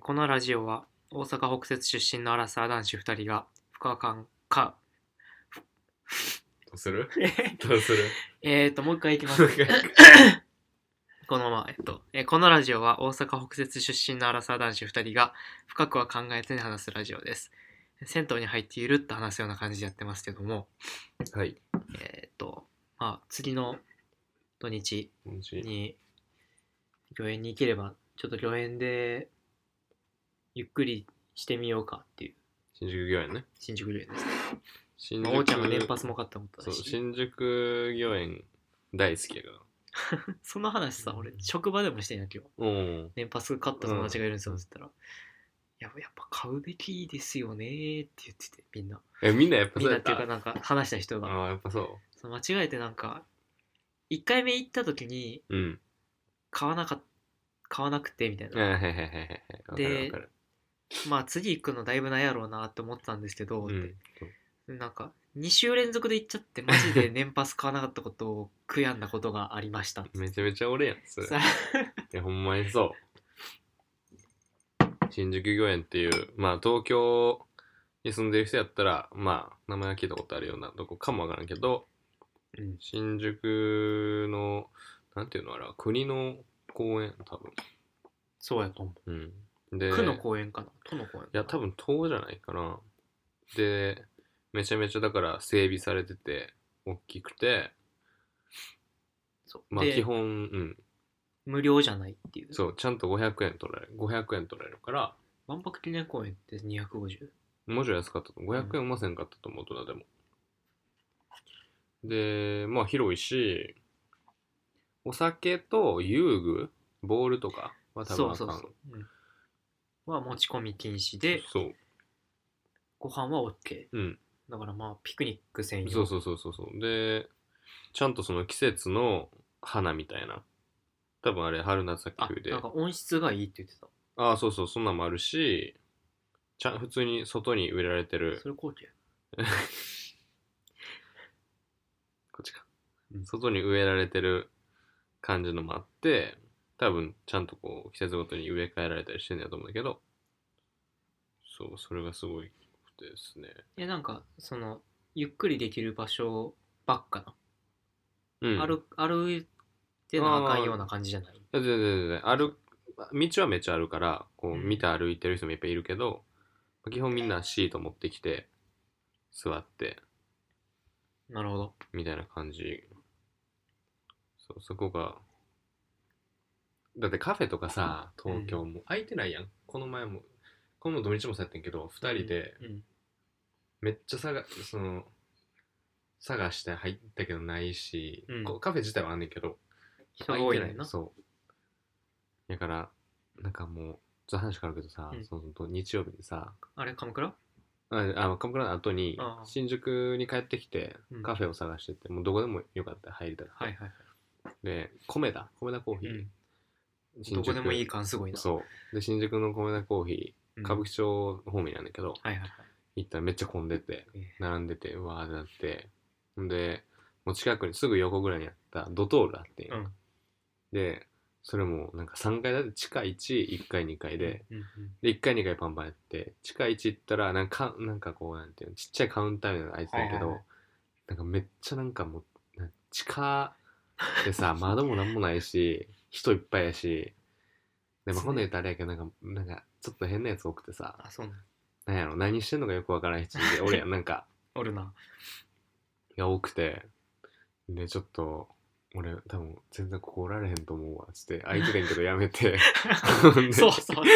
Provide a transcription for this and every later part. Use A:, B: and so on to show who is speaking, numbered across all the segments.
A: このラジオは大阪北摂出身のアラサー男子2人が深感か
B: どうするどうする
A: もう一回いきますこのままこのラジオは大阪北摂出身のアラサー男子2人が深くは考えずに話すラジオです。銭湯に入っているって話すような感じでやってますけども、
B: はい
A: 次の土日に御苑に行ければちょっと御苑でゆっくりしてみようかっていう。
B: 新宿御苑ね。
A: 新宿御苑ですね。
B: 新宿、
A: 王ちゃんが年パスも買ったことだし。
B: そう、新宿御苑大好きやから。
A: その話さ、俺職場でもしてんやけど、年パス買った友達がいるんですよって言ったら、やっぱ買うべきですよねって言ってて、みんな。
B: みんなやっぱ
A: みんなっていうかなんか話した人が。
B: ああ、やっぱそう。
A: 間違えてなんか、1回目行った時に、買わなくてみたいな。で、まあ次行くのだいぶないやろうなって思ってたんですけど、なんか2週連続で行っちゃってマジで年パス買わなかったことを悔やんだことがありました
B: めちゃめちゃ俺やんそれ。いやほんまにそう。新宿御苑っていうまあ東京に住んでる人やったらまあ名前は聞いたことあるようなどこかもわからんけど、新宿のなんていうのあれは国の公園多分
A: そうやと思
B: う。で
A: 区の公園かな都の公園かな。
B: いや多分島じゃないかな。でめちゃめちゃだから整備されてて大きくて、まあ基本
A: 無料じゃないっていう。
B: そうちゃんと500円取られるから
A: 万博記念公園って250。
B: もうちょい安かったと500円もせんかったと思う大人でも。でまあ広いしお酒と遊具ボールとかは多分あかん。
A: は持ち込み禁止で、
B: そう
A: ご飯は OK。だからまあピクニック専
B: 用。そうでちゃんとその季節の花みたいな多分あれ春夏秋冬で
A: なんか音質がいいって言ってた。
B: ああそうそんなんもあるし普通に外に植えられてる
A: それ後期
B: こっちか、外に植えられてる感じのもあって多分ちゃんとこう季節ごとに植え替えられたりしてんだと思うんだけど、そうそれがすごいですね。
A: なんかそのゆっくりできる場所ばっかな、歩いてなあかんような感じじゃない？
B: 全然道はめっちゃあるからこう見て歩いてる人もいっぱいいるけど、基本みんなシート持ってきて座って
A: なるほど
B: みたいな感じ。そこがだってカフェとかさ東京も空いてないやん。この土日もそうやってんけど2人でめっちゃ探して入ったけどないし、カフェ自体はあんねんけど
A: 人が多いねんな。
B: そうだからなんかもうちょっと話変わるけどさ、その日曜日にさ
A: あれ鎌倉
B: 鎌倉の後に新宿に帰ってきてカフェを探してて、もうどこでもよかったら入りたくて、で米田コーヒー、
A: どこでもいい感すごいな。
B: そうで新宿の米田コーヒー歌舞伎町方面なんだけど、行ったらめっちゃ混んでて並んでてうわーってなって、でもう近くにすぐ横ぐらいにあったドトールあってん、でそれもなんか3階建て地下11階2階で、で1階2階パンパンやって地下1行ったらなんかこうなんていうのちっちゃいカウンターみたいなのが開いてたけど、なんかめっちゃなんかもう地下でさ窓もなんもないし人いっぱいやし、でも今度言うとあれやけどなんかちょっと変なやつ多くてさ、なんやろ何してんのかよくわからん人で俺やなんか
A: おるな
B: が多くて、でちょっと俺多分全然ここおられへんと思うわつって空いててんけどやめてそう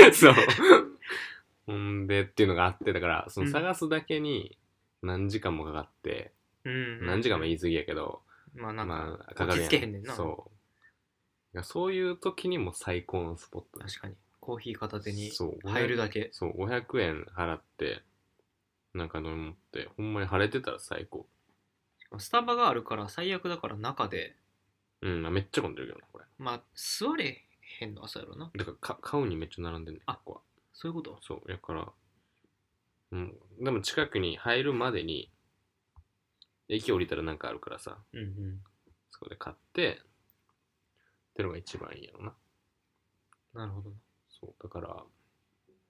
B: ほんでっていうのがあって、だからその探すだけに何時間もかかって、何時間も言い過ぎやけど
A: まあなんか
B: かかるやん。そういう時にも最高のスポット。
A: 確かにコーヒー片手に入るだけ。
B: そう500円払ってなんか飲むってほんまに晴れてたら最高。
A: スタバがあるから最悪だから中で
B: めっちゃ混んでるけどなこれ。
A: まあ座れへんのはそうやろな。
B: だから買うにめっちゃ並んでんねん。ここは
A: そういうこと。
B: そうやからでも近くに入るまでに駅降りたらなんかあるからさ、そこで買ってってのが一番いいやろな。
A: なるほど。
B: そうだから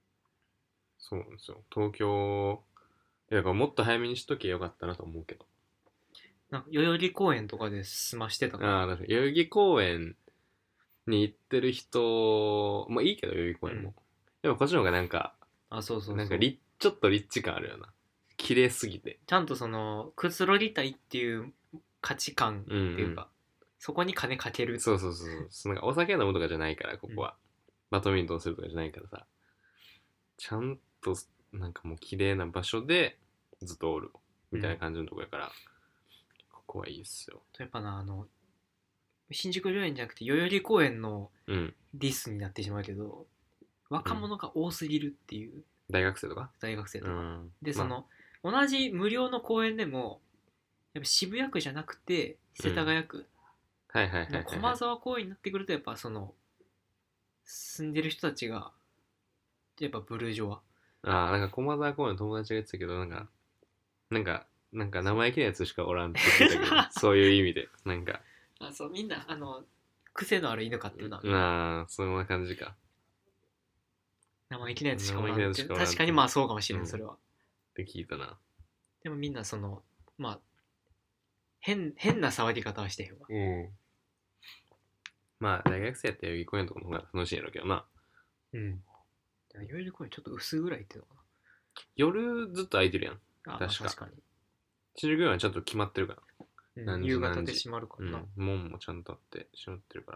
B: そうなんですよ。東京、だからもっと早めにしとけばよかったなと思うけど。
A: なんか代々木公園とかで済ましてたから。
B: ああ、確かに。代々木公園に行ってる人、まあいいけど、代々木公園も。でもこっちの方がなんか、
A: あ、そうそうそう。
B: なんかちょっとリッチ感あるよな。綺麗すぎて。
A: ちゃんとその、くつろぎたいっていう価値観っていうか、そこに金かける。
B: そうそうそうそう。なんかお酒飲むとかじゃないから、ここは。バドミントンするとかじゃないからさ。ちゃんと、なんかもう綺麗な場所でずっとおる。みたいな感じのとこやから、ここはいいっすよ。
A: やっぱな、新宿御苑じゃなくて代々木公園の
B: うん。
A: ディスになってしまうけど、若者が多すぎるっていう、
B: 大学生とか
A: 大学生とか。
B: うん。
A: で、その、同じ無料の公園でも、やっぱ渋谷区じゃなくて、世田谷区、
B: はいはいはいはい、はい。
A: 駒沢公園になってくると、やっぱその、住んでる人たちが、やっぱブルジョワ。
B: ああ、なんか駒沢公園の友達が言ってたけど、なんか生意気なやつしかおらんって言ってたけど、そういう意味で。なんか。
A: あ、そう、みんな、癖のある犬飼ってるな。
B: ああ、そんな感じか。
A: 生意気なやつしかおらんって。
B: 生意気なやつしかおらんって
A: 確かにまあそうかもしれん、
B: うん
A: それは。
B: って聞いたな。
A: でもみんなその、まあ、変な騒ぎ方はしてへんわ。
B: うん。まあ、大学生やったら代々木公園とかの方が楽しいやろうけどな。
A: うん。代々木公園ちょっと薄暗いっていうのか
B: 夜ずっと空いてるやん。
A: な。あ、まあ
B: 確か。
A: 確かに。
B: 新宿御苑はちゃんと決まってるから。
A: うん、夕方で閉まるからな。
B: 門もちゃんとあって閉まってるから。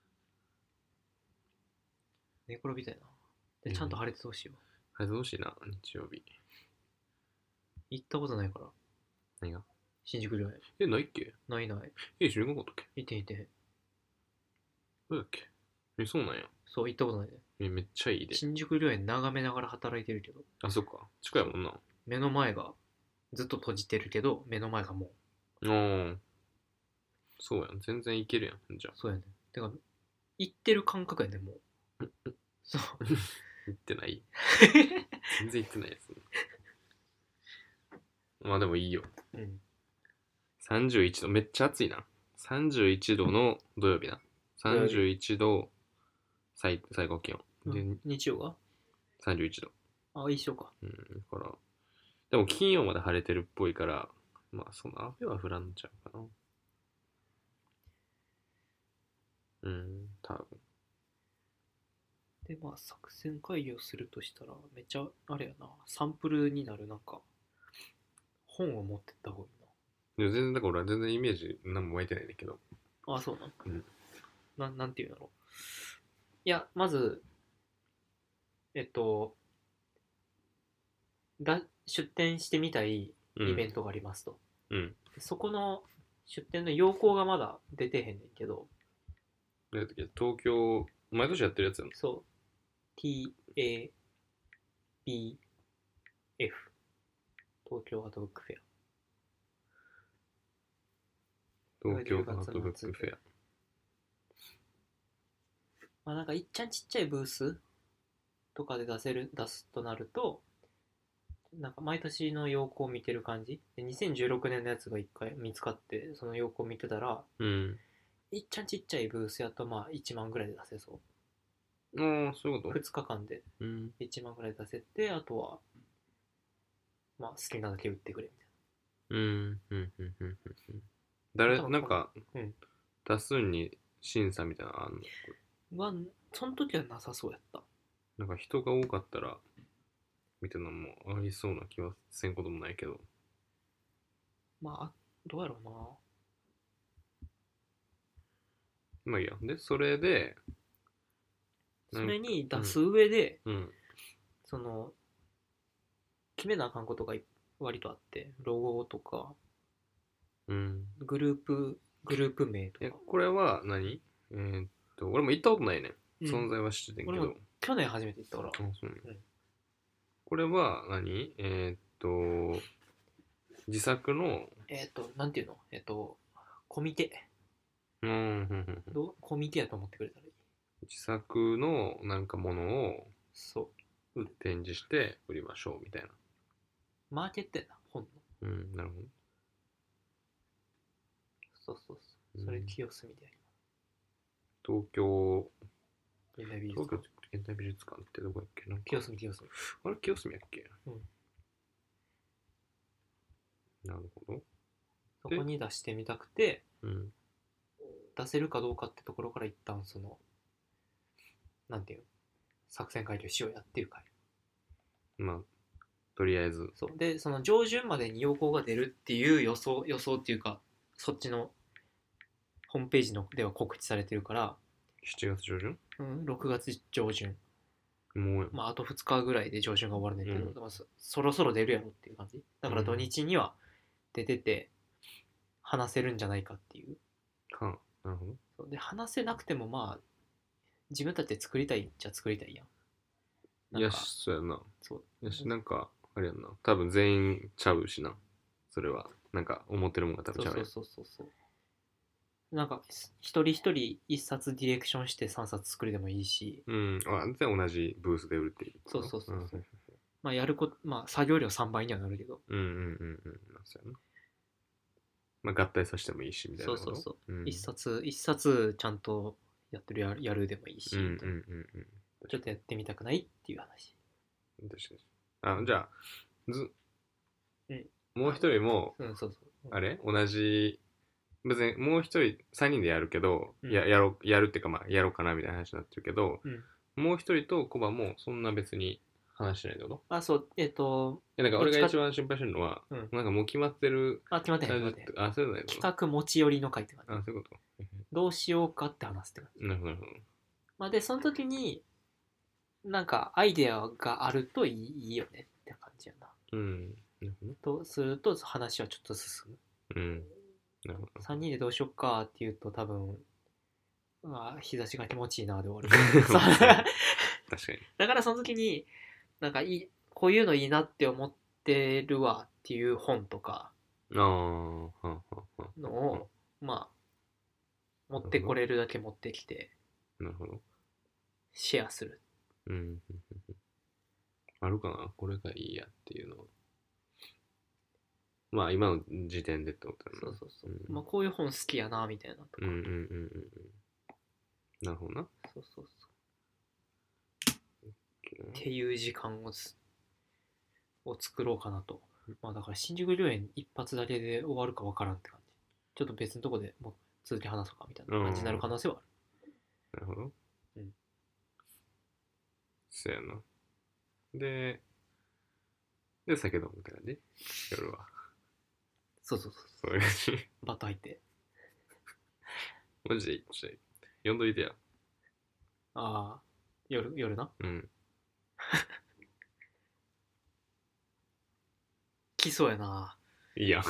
A: 寝転びたいな。で、ちゃんと晴れててほしいわ。
B: 晴れてほしいな、日曜日。
A: 行ったことないから。
B: 何が
A: 新宿御苑。
B: ないっけ
A: ないない。
B: 知らなかったっけ
A: 行って行って。
B: どうだっけそうなんや。
A: そう、行ったことないね。
B: めっちゃいいで。
A: 新宿御苑眺めながら働いてるけど。
B: あ、そっか。近いもんな。
A: 目の前がずっと閉じてるけど、目の前がもう。
B: ああ。そうやん。全然いけるやん。じゃあ。
A: そうやね。てか、行ってる感覚やね、もう。そう。
B: 行ってない全然行ってないやつ。まあでもいいよ。うん。31度、めっちゃ暑いな。31度の土曜日な。31度最高気温。
A: で、日曜が
B: 31度。
A: あ、一緒か。
B: だから、でも金曜まで晴れてるっぽいから、まあその雨は降らんちゃうかな。多分。
A: で、まあ作戦会議をするとしたら、めっちゃ、あれやな、サンプルになるなんか、本を持ってった方がい
B: いな。全然、だから俺は全然イメージ何も湧いてないんだけど。
A: あ、そうな。なんていうんだろう。いや、まず、出店してみたいイベントがありますと。そこの出店の要項がまだ出てへんねんけど。
B: 東京、毎年やってるやつやん。
A: そう。TABF。東京アートブックフェア。
B: 東京アートブックフェア。
A: まあなんかいっちゃんちっちゃいブースとかで出すとなると、なんか毎年の要項を見てる感じで、2016年のやつが1回見つかって、その要項を見てたら、いっちゃんちっちゃいブースやとまあ1万ぐらいで出せそう。
B: ああ、そういうこと
A: ?2 日間で1万ぐらい出せて、あとは、まあ好きなだけ売ってくれみたいな。
B: なんか、出すに審査みたいなのあん
A: のは、その時はなさそうやった。
B: なんか人が多かったら、みたいなのもありそうな気はせんこともないけど。
A: まあ、どうやろうな。
B: まあいいや。で、それで、
A: それに出す上で、その、決めなあかんことが割とあって、ロゴとか、グループ名とか。
B: これは何俺も行ったことないね。存在は知ってんけど。
A: 去年初めて行ったから。
B: これは何自作の
A: なんていうのコミテ。コミテやと思ってくれたらいい。
B: 自作のなんかものを
A: そう
B: 展示して売りましょうみたいな。
A: マーケットやな、本の。
B: なるほど。
A: そう。それ清澄でやります。
B: 東京現代美術館ってどこやっけ？なんか
A: 清澄。
B: あれ清澄やっけ？
A: うん。
B: なるほど。
A: そこに出してみたくて、
B: うん、
A: 出せるかどうかってところから一旦その、なんていうの、作戦会議をしようやっていう会。
B: まあ、とりあえず。
A: そう。で、その上旬までに要項が出るっていう予想っていうか、そっちのホームページのでは告知されてるから、
B: 7月上旬？
A: うん、6月上旬。
B: もう、
A: まあ、あと2日ぐらいで上旬が終わるねんけど、そろそろ出るやろっていう感じ。だから土日には出てて、話せるんじゃないかっていう。
B: なるほど。
A: そうで、話せなくてもまあ、自分たちで作りたいっちゃ作りたいやん。
B: いやし、そうやな。
A: そう。
B: いやし、なんか、あれやんな。多分全員ちゃうしな。それは。なんか、思ってるもんが多分ちゃうやん。
A: そう。なんか、一人一人一冊ディレクションして3冊作りでもいいし。
B: うん。あ、で、同じブースで売るっていう。
A: そう。まあ、やること、まあ、作業量3倍にはなるけど。
B: そうやな。まあ、合体させてもいいし、みたいな。
A: そう。一冊ちゃんとやるでもいいし。ちょっとやってみたくないっていう話。
B: 確かに。じゃあ、もう一人も、あれ同じ、別にもう一人、3人でやるけど、やるっていうか、まあ、やろうかなみたいな話になってるけど、もう一人とコバもそんな別に話してないってこと？
A: あ、そう、
B: なんか俺が一番心配してるのは、なんかもう決まってる。
A: 決まってへん。
B: あ、そういうの
A: 企画持ち寄りの会って感じ。
B: あ、そういうこと。
A: どうしようかって話って感じ。
B: なるほど。
A: まあ、で、その時に、なんかアイデアがあるといいよねって感じやな。とすると話はちょっと進む。なるほど。3人でどうしよっかっていうと多分、日差しが気持ちいいなで終わる。確かに。だからその時に、なんかこういうのいいなって思ってるわっていう本とかのを、まあ、持ってこれるだけ持ってきて、
B: なるほど。
A: シェアする。
B: あるかな、これがいいやっていうのは。まあ今の時点でってことだ
A: ね。そう。まあこういう本好きやなみたいなとか。
B: なるほどな。
A: そう。っていう時間を作ろうかなと。まあだから新宿御苑一発だけで終わるかわからんって感じ。ちょっと別のとこでもう続き話そうかみたいな感じになる可能性はある。
B: なるほど。そうやな。で、酒飲むって感じ？夜は。
A: そう
B: そういう感じ。
A: バット入って。
B: マジで呼んどいてや。
A: ああ、夜な。来そうやな。
B: いいやん。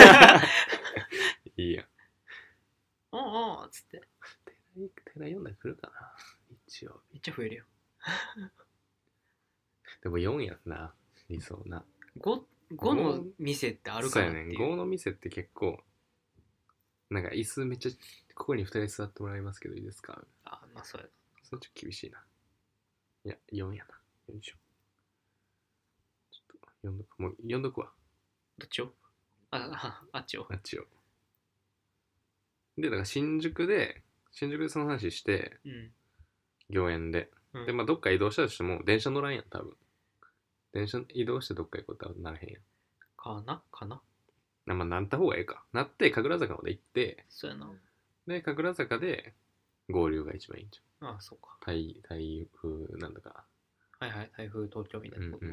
B: いいやん。
A: おうつって。
B: 寺読んだら来るかな。一応。
A: めっちゃ増えるよ。
B: でも4やんな。理想な。
A: 5の店ってあるからっていう。
B: そうやね。5の店って結構、なんか椅子めっちゃ、ここに2人座ってもらいますけどいいですか？
A: まあそうやな。
B: それちょっと厳しいな。いや、4やな。4でしょ。ちょっと、もう読んどくわ。
A: どっちを？あっちを。
B: で、だから新宿でその話して、御苑で。で、まあどっか移動したとしても、電車乗らんやん、多分。電車移動してどっか行こうって多分ならへんやん。
A: かな
B: まあ、なった方がええか。なって、神楽坂まで行って、
A: そうやな。
B: で、神楽坂で合流が一番いいんじ
A: ゃん。そうか。
B: 台風なんだか。
A: はい、台風東京みたいなこと。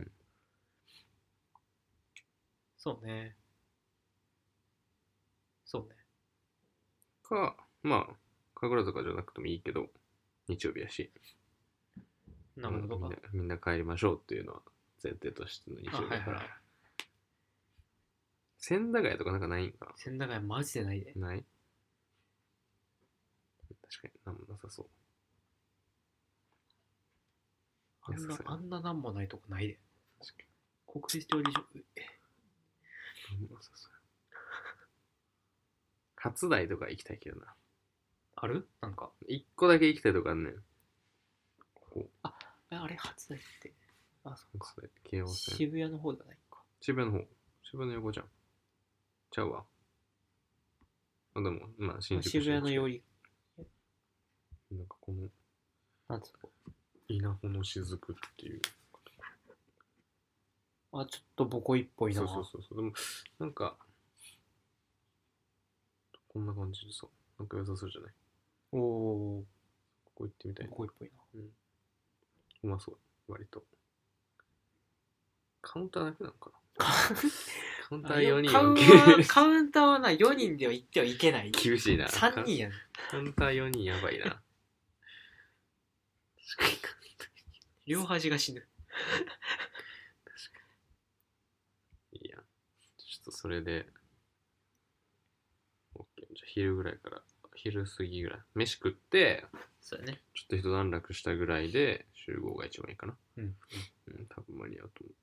A: そうね。
B: か、まあ、神楽坂じゃなくてもいいけど、日曜日やし。
A: なるほどか。
B: みんな帰りましょうっていうのは前提としての日曜日だから。千駄ヶ谷とかなんかないんかな。
A: 千駄ヶ谷マジでないで。
B: ない？確かになんもなさそう。
A: あんななんもないとこないで。確かに。国立競技場。
B: なんもなさそう。初台とか行きたいけどな。
A: ある？なんか。
B: 一個だけ行きたいとこあんねん。
A: あれ初台って。そうか。
B: 京王線。
A: 渋谷の方じゃないか。
B: 渋谷の方。渋谷の横じゃん。ちゃうわ。でも、まあ、新宿
A: 渋谷のより。
B: なんかこの。
A: なんつうの？
B: 稲穂の雫っていう。
A: あ、ちょっとボコイっぽいな。
B: そう。でも、なんか、こんな感じでさ、なんか良さそうじゃない？おお。ここ行ってみたいな。
A: ボコイっぽいな。
B: うん。うまそう、割と。カウンターだけなのかな？カウンター4人
A: カウンターはな、4人では行ってはいけない。
B: 厳しいな。
A: 3人やん。
B: カウンター4人やばいな。確か
A: に。両端が死ぬ。確か
B: に。いいや。ちょっとそれで、OK。じゃあ昼ぐらいから、昼過ぎぐらい。飯食って、
A: そうやね。
B: ちょっと一段落したぐらいで集合が一番いいかな。
A: うん。
B: 多分間に合うと思う。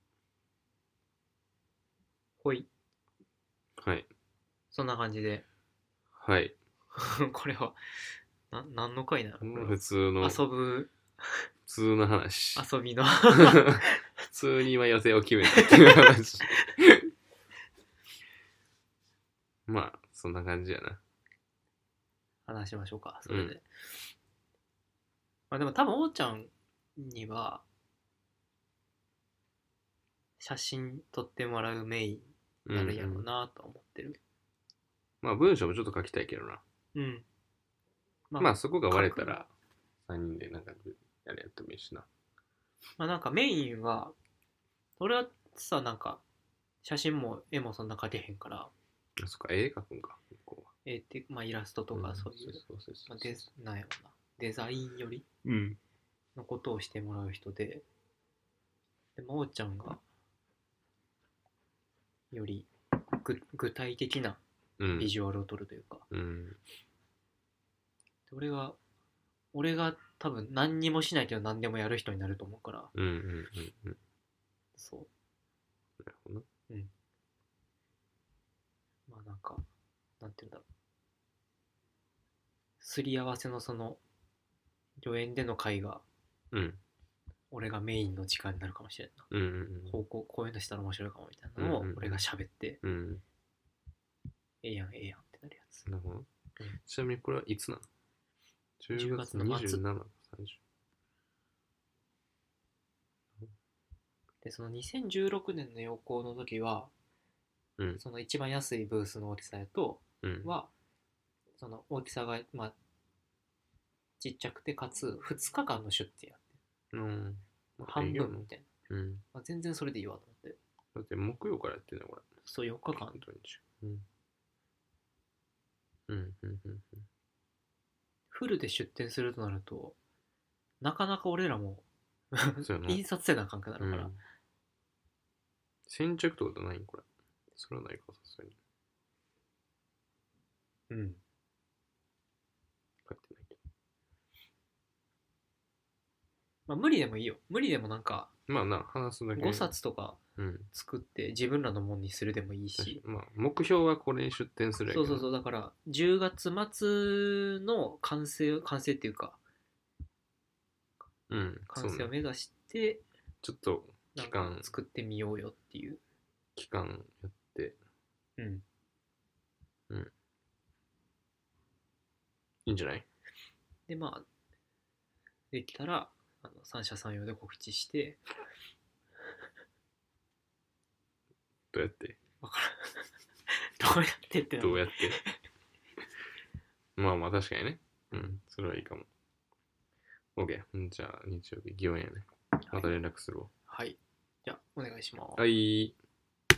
A: ほい。
B: はい。
A: そんな感じで。
B: はい。
A: これは、何の回なの？
B: 普通の。
A: 遊ぶ。
B: 普通の話。
A: 遊びの。
B: 普通に今予定を決めたっていう話。まあ、そんな感じやな。
A: 話しましょうか、それで。まあでも多分、おーちゃんには、写真撮ってもらうメインになるやろうなと思ってる。
B: まあ文章もちょっと書きたいけどな。うん。まあそこが割れたら3人でなんかやってもいいしな。
A: まあなんかメインは、俺はさ、なんか写真も絵もそんな描けへんから。
B: そっか、絵描くんか。
A: 絵って、まあイラストとかそういう、なんやろな、デザインよりのことをしてもらう人で、でもおーちゃんが、より具体的なビジュアルを撮るというか、で俺が多分何にもしないけど何でもやる人になると思うから、そう。なるほど。まあなんか、なんていうんだろう。すり合わせのその、助演での会が、俺がメインの時間になるかもしれんな。こういうのしたら面白いかもみたいなのを俺が喋って、ええやんってなるやつ。なるほど。
B: ちなみにこれはいつなの？10月の27、30。
A: で、その2016年の予行の時は、その一番安いブースの大きさやと、は、その大きさが、まあ、ちっちゃくて、かつ2日間の出店やって。半分みたいな。まあ、全然それでいいわと思って。
B: だって木曜からやってんだこれ。
A: そう、4日間。フルで出店するとなると、なかなか俺らも印刷せなあかんくなるから。
B: 先着ってことないんこれ。それはないか、さすがに。書いてないけど。
A: まあ無理でもいいよ。無理でもなんか、
B: まあな、話すだけ。
A: 5冊とか作って自分らのもんにするでもいいし。
B: まあ目標はこれに出展するや
A: けど。そう。だから10月末の完成っていうか、完成を目指して、
B: ちょっと期間
A: 作ってみようよっていう。
B: 期間やって。いいんじゃない？
A: で、まあ、できたら、三者三様で告知して、
B: どうやって
A: わからん。どうやってって
B: どうやってまあ確かにね。それはいいかも。OK。じゃあ日曜日、祇園やね。また連絡するわ。
A: はい。じゃあ、お願いします。
B: はい。